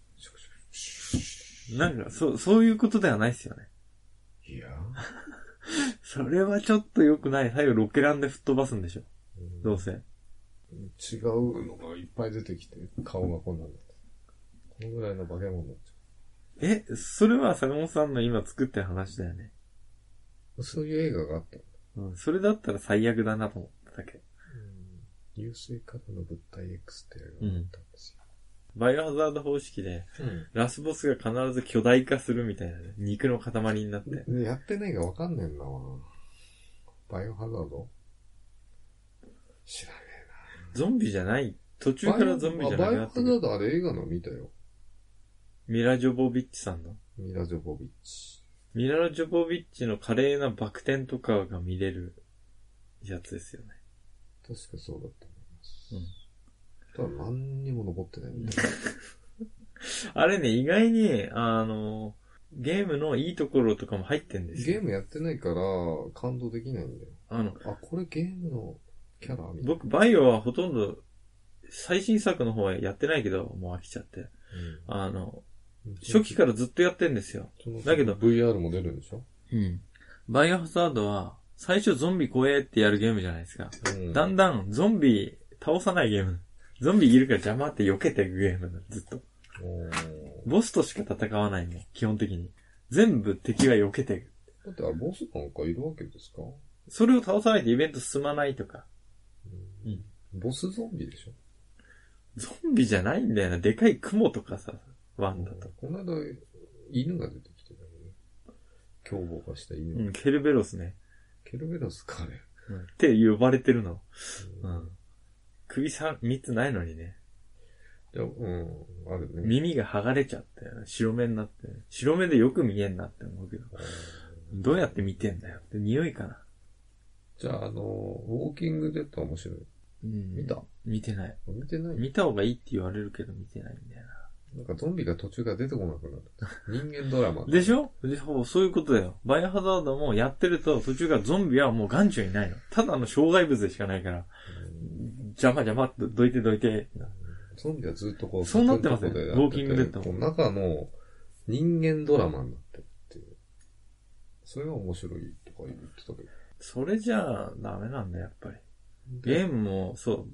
B: なんか、そう、そういうことではないですよね。
A: いや。
B: それはちょっと良くない。最後ロケランで吹っ飛ばすんでしょ。うん、どうせ。
A: 違うのがいっぱい出てきて、顔がこんなんだった。このぐらいの化け物になっちゃ
B: う。え、それは坂本さんの今作ってる話だよね。
A: そういう映画があったんだ。
B: うん、それだったら最悪だなと思っただけ。
A: うん。流水からの物体 X って映画があったんですよ。
B: うん、バイオハザード方式で、うん、ラスボスが必ず巨大化するみたいなね。肉の塊になって。
A: やってないかわかんねえんだわ。バイオハザード知らねえ
B: な。ゾンビじゃない。途中からゾンビじゃなくなって
A: バイオハザードあれ映画の見たよ。
B: ミラ・ジョボビッチさんの
A: ミラ・ジョボビッチ。
B: ミラ・ジョボビッチの華麗なバク転とかが見れるやつですよね。
A: 確かそうだと思います。うん。ただ何にも残ってないみたいな。
B: あれね、意外に、あの、ゲームのいいところとかも入ってんですよ。
A: ゲームやってないから感動できないんだよ。あの、あ、これゲームのキャラみたいな。
B: 僕、バイオはほとんど、最新作の方はやってないけど、もう飽きちゃって。うん、あの、初期からずっとやってんですよ。だけど、
A: ブイアール も出るんでしょ？
B: うん。バイオハザードは、最初ゾンビ怖えってやるゲームじゃないですか。うん、だんだんゾンビ倒さないゲーム。ゾンビいるから邪魔って避けていくゲームだ、ずっと。ボスとしか戦わないね、基本的に。全部敵は避けていく。
A: だってあれボスなんかいるわけですか？
B: それを倒さないとイベント進まないとか。
A: うん。ボスゾンビでしょ？
B: ゾンビじゃないんだよな。でかい雲とかさ、ワンだと。
A: この間、犬が出てきてたよね。凶暴化した犬。
B: うん、ケルベロスね。
A: ケルベロスかね。
B: うん。って呼ばれてるの。うん。うん、首さ、三つないのにね。
A: いや、うん、あるね。
B: 耳が剥がれちゃって、白目になって、白目でよく見えんなって思うけど。どうやって見てんだよって、匂いかな。
A: じゃあ、あの、ウォーキングデッドは面白い。うん。見た？
B: 見てない。
A: 見てない？
B: 見た方がいいって言われるけど見てないんだよな。
A: なんかゾンビが途中から出てこなくなる。人間ドラマ。
B: でしょ？でそういうことだよ。バイオハザードもやってると途中からゾンビはもう眼中にないの。ただの障害物でしかないから。邪魔邪魔ってどいてどいて。
A: ゾンビはずっとこう、
B: そうなってますね。ウォーキングデッドも。
A: 中の人間ドラマになってるっていう。それが面白いとか言ってたけど。
B: それじゃあダメなんだやっぱり。ゲームもそう。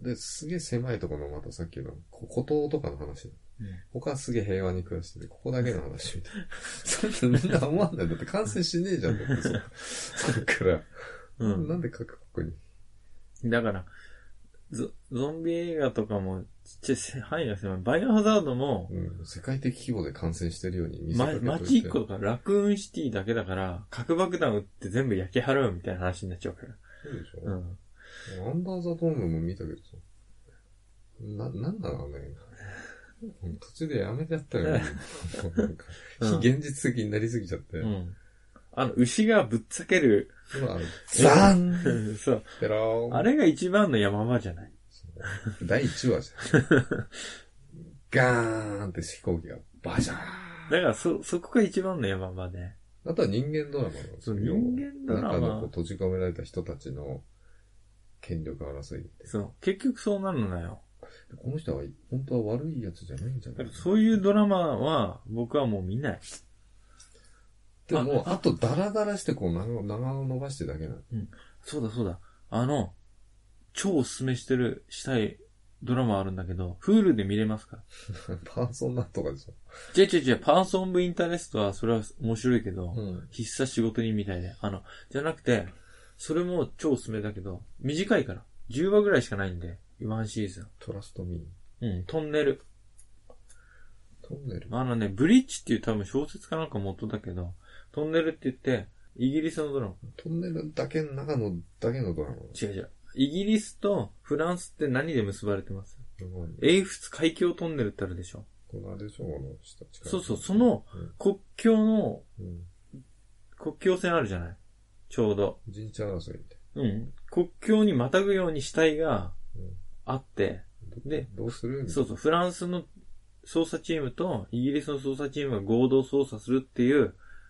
A: で、すげえ狭いところのまたさっきの孤島とかの話。うん、他はすげえ平和に暮らしてて、ここだけの話みたいな。そんなみんな思わないんだって感染しねえじゃんだってそ。そっから、うん、なんで各国に。
B: だから、ゾ、ゾンビ映画とかもちっちゃい範囲が狭い。バイオハザードも、
A: うん、世界的規模で感染してるように見せ
B: かけといて。ま、街一個とかラクーンシティだけだから、核爆弾撃って全部焼き払うみたいな話になっちゃうから。
A: そうでしょ？うん。アンダーザドームも見たけどさ。な、なんだろうね。途中でやめちゃったよ。なんか非現実的になりすぎちゃって。うん。
B: あの、牛がぶっつける。
A: ザーン
B: そう。ペローン。あれが一番の山場じゃない？
A: だいいちわじゃん。ガーンって飛行機がバシャーン。
B: だからそ、そこが一番の山場で。
A: あとは人間ドラマなんですよ。
B: 人間ドラマ。
A: 中のこう閉じ込められた人たちの権力争いって。
B: そう。結局そうなるのよ。
A: この人は本当は悪いやつじゃないんじゃない？
B: そういうドラマは僕はもう見ない。
A: でも、あ, あとダラダラしてこう長を伸ばしてだけなの。
B: うん。そうだそうだ。あの、超おすすめしてる、したいドラマあるんだけど、Hulu で見れますか？
A: パーソンなんとかでしょ。
B: 違う違う違う、パーソンオブインタレストはそれは面白いけど、うん、必殺仕事人みたいで。あの、じゃなくて、それも超おすすめだけど、短いから。じゅうわぐらいしかないんで、ワンシーズン。
A: トラストミ
B: ー。うん、トンネル。
A: トンネル
B: あのね、ブリッジっていう多分小説かなんか元だけど、トンネルって言って、イギリスのドラマ。
A: トンネルだけの中の、だけのドラマ。
B: 違う違う。イギリスとフランスって何で結ばれてます？英仏海峡トンネルってあるでしょ。
A: このあれでしょ、この下近い。
B: そうそう、その国境の、うん、国境線あるじゃない？ちょうど。
A: 陣地争いみたい
B: な。うん。国境にまたぐように死体があって、
A: うん、
B: で、
A: どうする？
B: そうそう、フランスの捜査チームとイギリスの捜査チームが合同捜査するっていう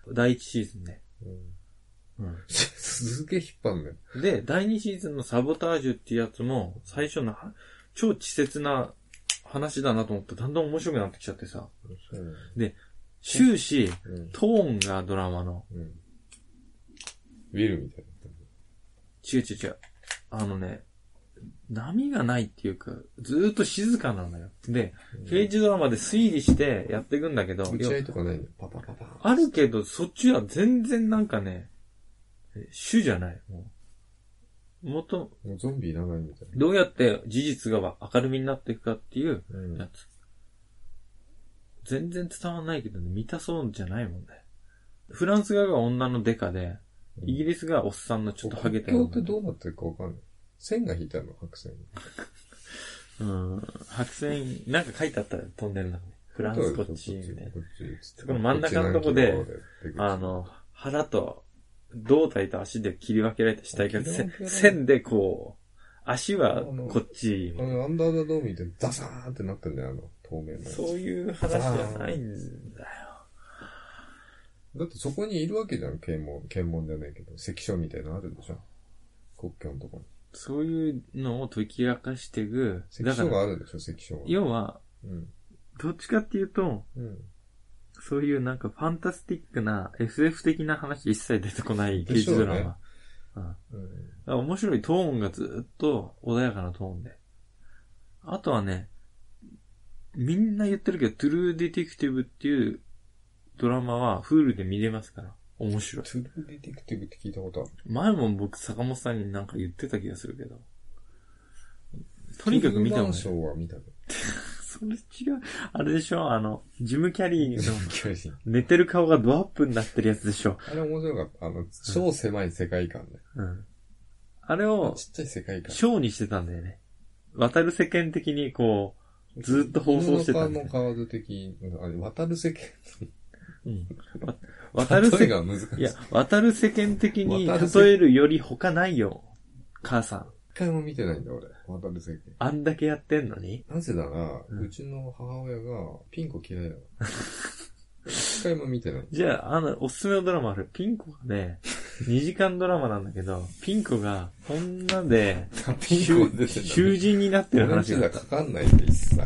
B: だいいちシーズンね。
A: うん。うん、すげえ引っ張んね。
B: で、だいにシーズンのサボタージュっていうやつも、最初の超稚拙な話だなと思ってだんだん面白くなってきちゃってさ。で、終始、うん、トーンがドラマの。うん、
A: ウィルみたいな。
B: 違う違う違う。あのね、波がないっていうか、ずーっと静かなのよ。で、うん、刑事ドラマで推理してやっていくんだけど。
A: 打ち合いとかないの？パパパパ。
B: あるけど、そっちは全然なんかね、主じゃない。もう。もと、
A: もうゾンビ長いみたいな。
B: どうやって事実が明るみになっていくかっていうやつ。うん、全然伝わんないけどね、見たそうじゃないもんね。フランス側が女のデカで、イギリスがおっさんのちょっとハゲた
A: 国境ってどうなってるかわかんない。線が引いてあるの、白線に。
B: うん。白線、なんか書いてあったら飛んでるのね。フランスこっちみたいな。そこの真ん中のとこで、あの、腹と胴体と足で切り分けられた死体が線でこう、足はこっち。
A: あの、アンダーザドーミーでザサーンってなってんだよ、あの、透明の。
B: そういう話じゃないんだよ。
A: だってそこにいるわけじゃん、検問。検問じゃないけど、関所みたいなのあるでしょ。国境のところに。
B: そういうのを解き明かしていく。
A: 関所があるでしょ、関所が。
B: 要は、うん、どっちかっていうと、うん、そういうなんかファンタスティックな エスエフ 的な話一切出てこない刑事ドラマ。ねうんうん、面白いトーンがずっと穏やかなトーンで。あとはね、みんな言ってるけど、トゥルーディティクティブっていうドラマは Hulu で見れますから。面白い。
A: トゥルーディティクティブって聞いたことある？
B: 前も僕坂本さんになんか言ってた気がするけど。とにかく見たもんね。
A: トゥルーマンショーは見たの
B: それ違う。あれでしょあの、ジムキャリーの寝てる顔がドアップになってるやつでしょ。
A: あれ面白かった。あの、超狭い世界観ね。
B: うん。あれを、
A: ちっちゃい世界観。
B: ショーにしてたんだよね。渡る世間的にこう、ずっと放送してたんだよ、ね。
A: 犬の川的、あれ、渡る世間。
B: うん。渡る世間。いや、渡る世間的に例えるより他ないよ。母さん。
A: 一回も見てないんだ、俺。渡る世間。
B: あんだけやってんのに
A: なぜなら、うん、うちの母親がピンコ嫌いだから。一回も見てない。
B: じゃあ、あの、おすすめのドラマある。ピンコがね、にじかんドラマなんだけど、ピンコが、こんなで、
A: ピンコ出てた、
B: ね、囚人になってる話
A: が。かかんないんで、一切。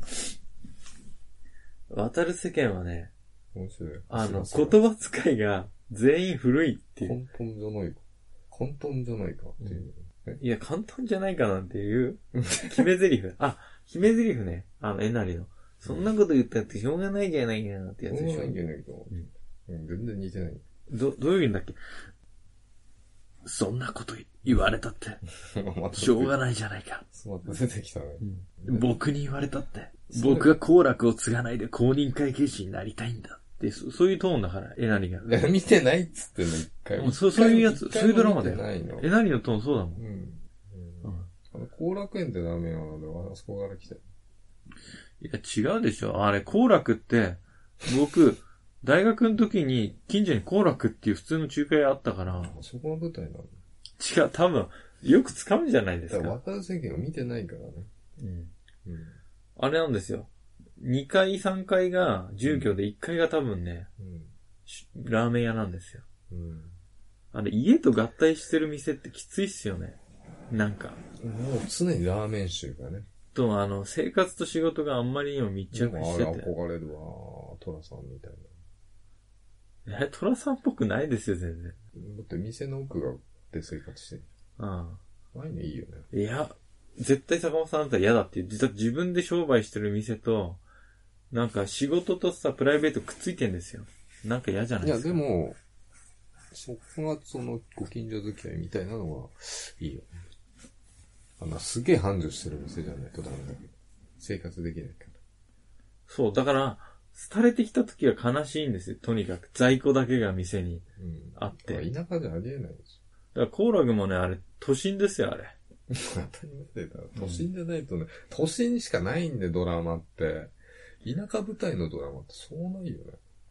B: 渡る世間はね、
A: 面白い。
B: あの、言葉遣いが全員古いっていう。
A: 簡単じゃないか。簡単じゃないかっていう。
B: うん、いや、簡単じゃないかなんていう、決め台詞。あ、決め台詞ね。あの、えなりの。そんなこと言ったってしょうがないじゃないかなってやつでしょ。
A: しょうがないけないけど、うん。全然似てない。
B: ど、どういう意味だっけ？そんなこと言われたって、しょうがないじゃないか。
A: また出てきたね、
B: うん。僕に言われたって、僕が好楽を継がないで公認会計士になりたいんだって、そ, そういうトーンだから、えなりが。
A: いや、見てないっつってんの、一回も。
B: そう、そういうやつ、そういうドラマだよ。えなりのトーンそうだもん。うん。うん、
A: あの、後楽園ってダメなので、あそこから来て。
B: いや、違うでしょ。あれ、後楽って、僕、大学の時に近所に後楽っていう普通の中華屋あったから。
A: そこの舞台なの？
B: 違う、多分、よく使うんじゃないですか。
A: だから渡る世間を見てないからね。うん。
B: うん。あれなんですよ。にかい、さんかいが住居でいっかいが多分ね、うん、ラーメン屋なんですよ。うん。あれ、家と合体してる店ってきついっすよね。なんか。
A: もう常にラーメン臭がね。
B: と、あの、生活と仕事があんまりにも密着してて。
A: あれ憧れるわ。トラさんみたいな。
B: え、トラさんっぽくないですよ、全然。だ
A: って店の奥がで生活してる。ああ。ああいうのいいよね。
B: いや、絶対坂本さんだったら嫌だっていう。実は自分で商売してる店と、なんか仕事とさ、プライベートくっついてんですよ。なんか嫌じゃないですか。
A: いや、でも、そこがそのご近所付き合いみたいなのはいいよね。あの、すげえ繁盛してる店じゃないとダメだけど。生活できないから。
B: そう、だから、廃れてきた時は悲しいんですよ。とにかく。在庫だけが店にあって。
A: うん、田舎じゃありえないですよ。
B: だから、コーラグもね、あれ、都心ですよ、あれ。
A: 当たり前だよ。都心じゃないとね、うん、都心しかないんで、ドラマって。田舎舞台のドラマってそうないよね。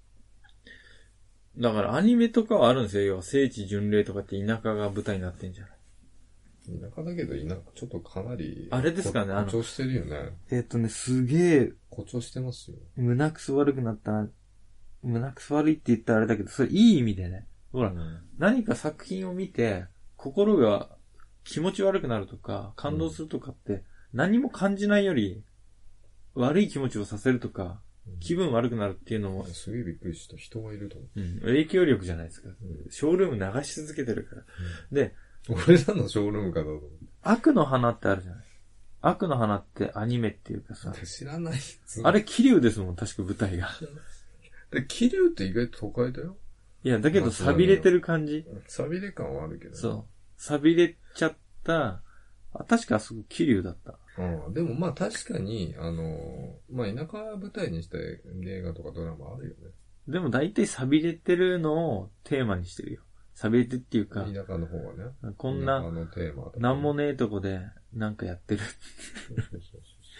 B: だから、アニメとかはあるんですよ。要は、聖地巡礼とかって田舎が舞台になってんじゃない。
A: 田舎だけど、田舎、ちょっとかなり。
B: あれですかね、あの。
A: 誇張してるよね。
B: えっとね、すげえ。
A: 誇張してますよ。
B: 胸くそ悪くなった胸くそ悪いって言ったらあれだけど、それいい意味でね。ほら、
A: うん、
B: 何か作品を見て、心が気持ち悪くなるとか、感動するとかって、何も感じないより、悪い気持ちをさせるとか、うん、気分悪くなるっていうのも。
A: すげえびっくりした。人がいると思う。
B: うん。影響力じゃないですか。うん、ショールーム流し続けてるから。うん、で、
A: 俺らのショールームかだと思う。
B: 悪の花ってあるじゃない。悪の花ってアニメっていうかさ。
A: 知らない。
B: あれ、桐生ですもん、確か舞台が。
A: で、桐生って意外と都会だよ。
B: いや、だけど錆びれてる感じ。
A: 錆びれ感はあるけどね。
B: そう。錆びれちゃった、あ、確かあそこ桐生だった。
A: うん、でもまあ確かに、あの、まあ田舎舞台にした映画とかドラマあるよね。
B: でも大体錆びれてるのをテーマにしてるよ。錆びれてっていうか。
A: 田舎の方はね。
B: こんな、
A: のテーマとか、ね、
B: なんもねえとこでなんかやってる。そうそうそうそう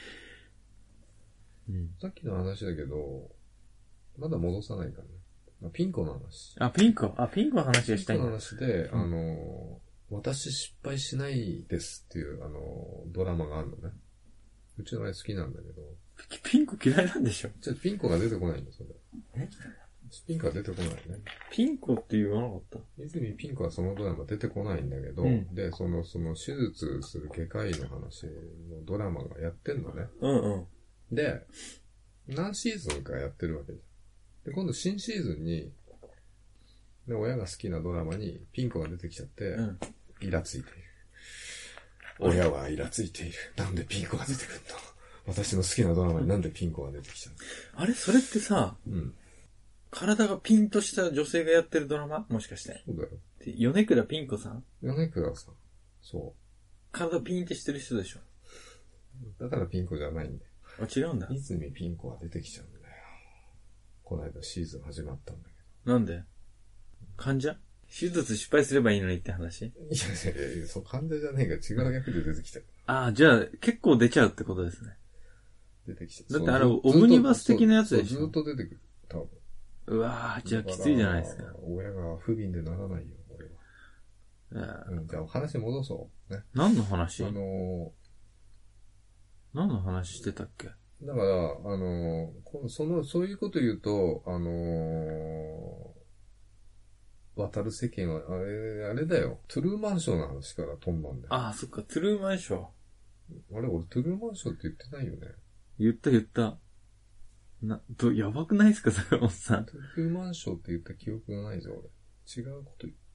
A: うん、さっきの話だけど、まだ戻さないからね。ピンコの話。
B: あ、ピンコあ、ピンコの話がしたいんだ。
A: ピンコの話で、うん、あの、私失敗しないですっていう、あの、ドラマがあるのね。うちの親好きなんだけど。
B: ピンコ嫌いなんでしょ？
A: じゃあピンコが出てこないんだ、それ。えピンコが出てこないね。
B: ピンコって言わなかった？
A: 泉ピンコはそのドラマ出てこないんだけど、うん、で、その、その手術する外科医の話のドラマがやってんのね。
B: うんうん。
A: で、何シーズンかやってるわけじゃん。で、今度新シーズンに、で、親が好きなドラマにピンコが出てきちゃって、うん、イラついている。親はイラついている。なんでピンコが出てくるの？私の好きなドラマになんでピンコが出てきちゃうの？
B: あれそれってさ、
A: うん、
B: 体がピンとした女性がやってるドラマ？もしかして。
A: そうだよ。
B: 米倉ピン子さん？
A: 米倉さん。そう。
B: 体ピンってしてる人でしょ。
A: だからピンコじゃないんだよ。
B: あ、違うんだ。
A: 泉ピン子が出てきちゃうんだよ。この間シーズン始まったんだけど。
B: なんで？患者？手術失敗すればいいのにって話？
A: いやいやいや、そう、患者じゃねえか、違う役で出てきちゃう。
B: ああ、じゃあ結構出ちゃうってことですね。
A: 出てきちゃう。
B: だってあれ、オムニバス的なやつでしょ。
A: ずっと出てくる、多分。
B: うわぁ、じゃあきついじゃないですか。
A: 親が不憫でならないよ、俺は。うん、じゃあ話戻そう。ね。
B: 何の話？
A: あのー、
B: 何の話してたっけ？
A: だから、あのー、その、そういうこと言うと、あのー、渡る世間は、あれ、あれだよ。トゥルーマンショーの話から飛んだんだよ。
B: ああ、そっか、トゥルーマンショー。
A: あれ、俺トゥルーマンショーって言ってないよね。
B: 言った言った。な、ど、やばくないですか、坂本さん。
A: トゥルーマンショーって言った記憶がないぞ、俺。違うこと言って、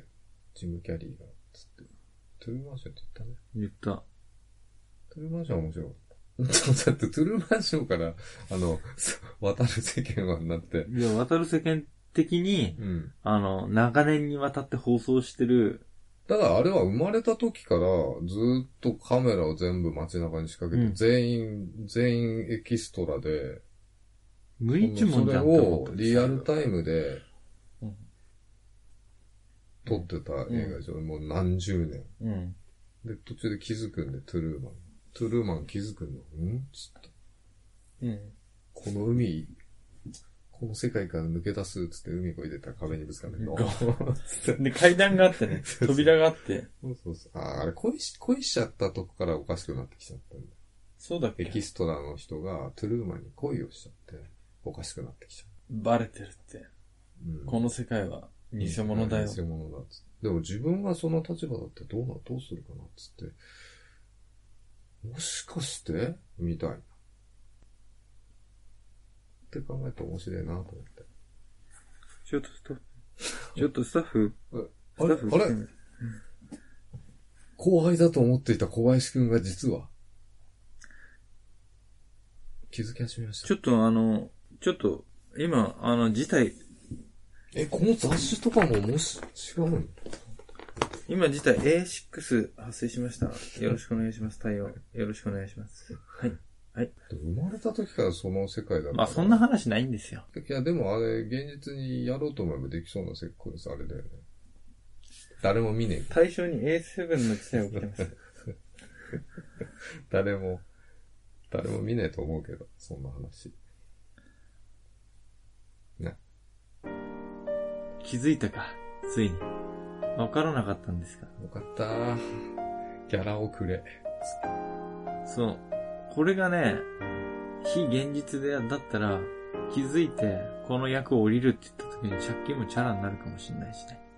A: ジム・キャリーが、つって。トゥルーマンショーって言ったね。
B: 言った。
A: トゥルーマンショーは面白かった。だって、トゥルーマンショーから、あの、渡る世間はになって。
B: いや、渡る世間的に、うん、あの、長年にわたって放送してる。
A: ただ、あれは生まれた時から、ずっとカメラを全部街中に仕掛けて、うん、全員、全員エキストラで、
B: 無一文じゃんって思った。
A: それをリアルタイムで、撮ってた映画でしょ、うん、もう何十年。うん、で、途中で気づくんで、トゥルーマン。トゥルーマン気づくんだ。んつって。うん。この海、この世界から抜け出すつって海越えてたら壁にぶつかるの。
B: で、階段があってね、扉があって。
A: そうそうそう。あ、あれ恋し、恋しちゃったとこからおかしくなってきちゃったんだ。
B: そうだっけ？
A: エキストラの人がトゥルーマンに恋をしちゃって、おかしくなってきちゃう。
B: バレてるって。うん、この世界は偽物だよ。
A: 偽物だっつって。でも自分がその立場だってどうな、どうするかなっつって。もしかしてみたいな。って考えたら面白いなと思って。
B: ちょっとスタッフ。ちょっとスタッフ。
A: あれあれ、うん、後輩だと思っていた小林くんが実は。気づき始めました。
B: ちょっとあの、ちょっと、今、あの、事態。
A: え、この雑誌とかももし、違うの？
B: 今事態 エーシックス 発生しました。よろしくお願いします。対応。よろしくお願いします。はい。はい。
A: 生まれた時からその世界だった。
B: まあそんな話ないんですよ。
A: いやでもあれ、現実にやろうと思えばできそうな世界です、あれだよね。誰も見ねえ。
B: 対象に エーセブン の事態起きてます。
A: 誰も、誰も見ねえと思うけど、そんな話。ね。
B: 気づいたか、ついに。わからなかったんですか。
A: よかったー。ギャラをくれ。
B: そう。これがね、非現実でだったら、 気づいて、この役を降りるって言った時に借金もチャラになるかもしれないしね。